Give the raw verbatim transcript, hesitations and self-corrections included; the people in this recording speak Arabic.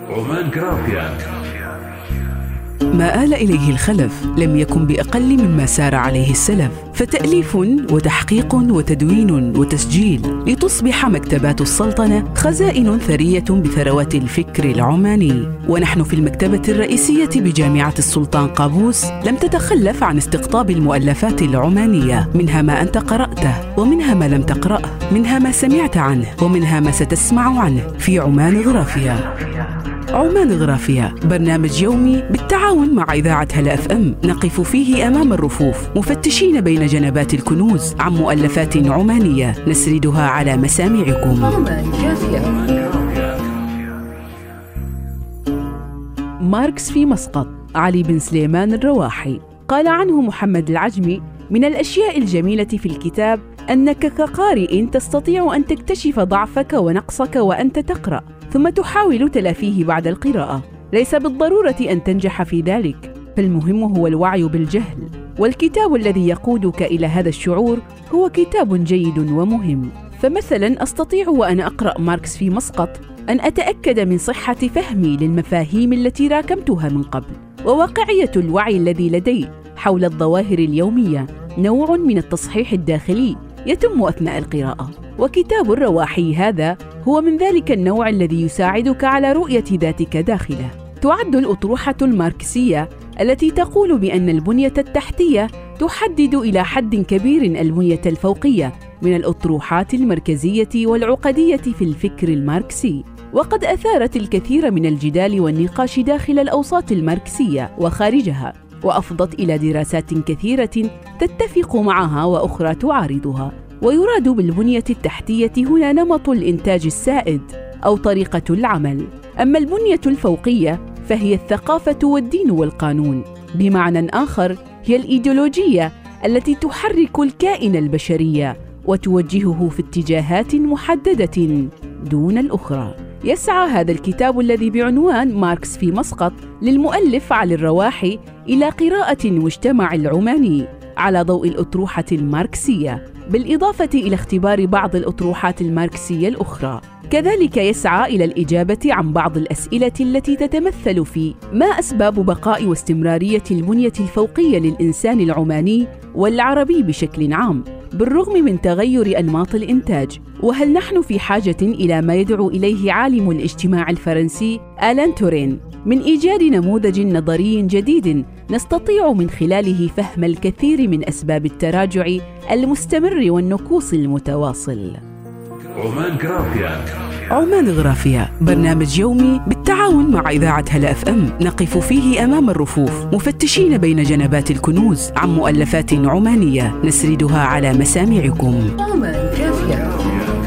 عمان جرافيا. ما آل إليه الخلف لم يكن بأقل مما سار عليه السلف، فتأليف وتحقيق وتدوين وتسجيل لتصبح مكتبات السلطنة خزائن ثرية بثروات الفكر العماني. ونحن في المكتبة الرئيسية بجامعة السلطان قابوس لم تتخلف عن استقطاب المؤلفات العمانية، منها ما أنت قرأته ومنها ما لم تقرأه، منها ما سمعت عنه ومنها ما ستسمع عنه في عمان غرافيا. عمان غرافيا برنامج يومي بالتعاون مع إذاعة هلا اف ام، نقف فيه أمام الرفوف مفتشين بين جنبات الكنوز عن مؤلفات عمانية نسردها على مسامعكم. ماركس في مسقط، علي بن سليمان الرواحي. قال عنه محمد العجمي: من الأشياء الجميلة في الكتاب أنك كقارئ تستطيع أن تكتشف ضعفك ونقصك وأنت تقرأ، ثم تحاول تلافيه بعد القراءة. ليس بالضرورة أن تنجح في ذلك، فالمهم هو الوعي بالجهل، والكتاب الذي يقودك إلى هذا الشعور هو كتاب جيد ومهم. فمثلا أستطيع وأنا أقرأ ماركس في مسقط أن أتأكد من صحة فهمي للمفاهيم التي راكمتها من قبل، وواقعية الوعي الذي لدي حول الظواهر اليومية نوع من التصحيح الداخلي يتم أثناء القراءة. وكتاب الرواحي هذا هو من ذلك النوع الذي يساعدك على رؤية ذاتك داخله. تعد الأطروحة الماركسية التي تقول بأن البنية التحتية تحدد إلى حد كبير البنية الفوقية من الأطروحات المركزية والعقدية في الفكر الماركسي، وقد أثارت الكثير من الجدال والنقاش داخل الأوساط الماركسية وخارجها، وأفضت إلى دراسات كثيرة تتفق معها وأخرى تعارضها. ويراد بالبنية التحتية هنا نمط الإنتاج السائد أو طريقة العمل، أما البنية الفوقية فهي الثقافة والدين والقانون. بمعنى آخر هي الإيديولوجية التي تحرك الكائن البشري وتوجهه في اتجاهات محددة دون الأخرى. يسعى هذا الكتاب الذي بعنوان ماركس في مسقط للمؤلف علي الرواحي إلى قراءة المجتمع العماني على ضوء الأطروحة الماركسية، بالإضافة إلى اختبار بعض الأطروحات الماركسية الأخرى. كذلك يسعى إلى الإجابة عن بعض الأسئلة التي تتمثل في: ما أسباب بقاء واستمرارية البنية الفوقية للإنسان العماني والعربي بشكل عام بالرغم من تغير أنماط الإنتاج؟ وهل نحن في حاجة إلى ما يدعو إليه عالم الاجتماع الفرنسي آلان تورين من إيجاد نموذج نظري جديد نستطيع من خلاله فهم الكثير من أسباب التراجع المستمر والنكوص المتواصل؟ عمان جرافيا. عمان غرافيا برنامج يومي بالتعاون مع إذاعة هلا اف ام، نقف فيه أمام الرفوف مفتشين بين جنبات الكنوز عن مؤلفات عمانية نسردها على مسامعكم. عمان جرافيا.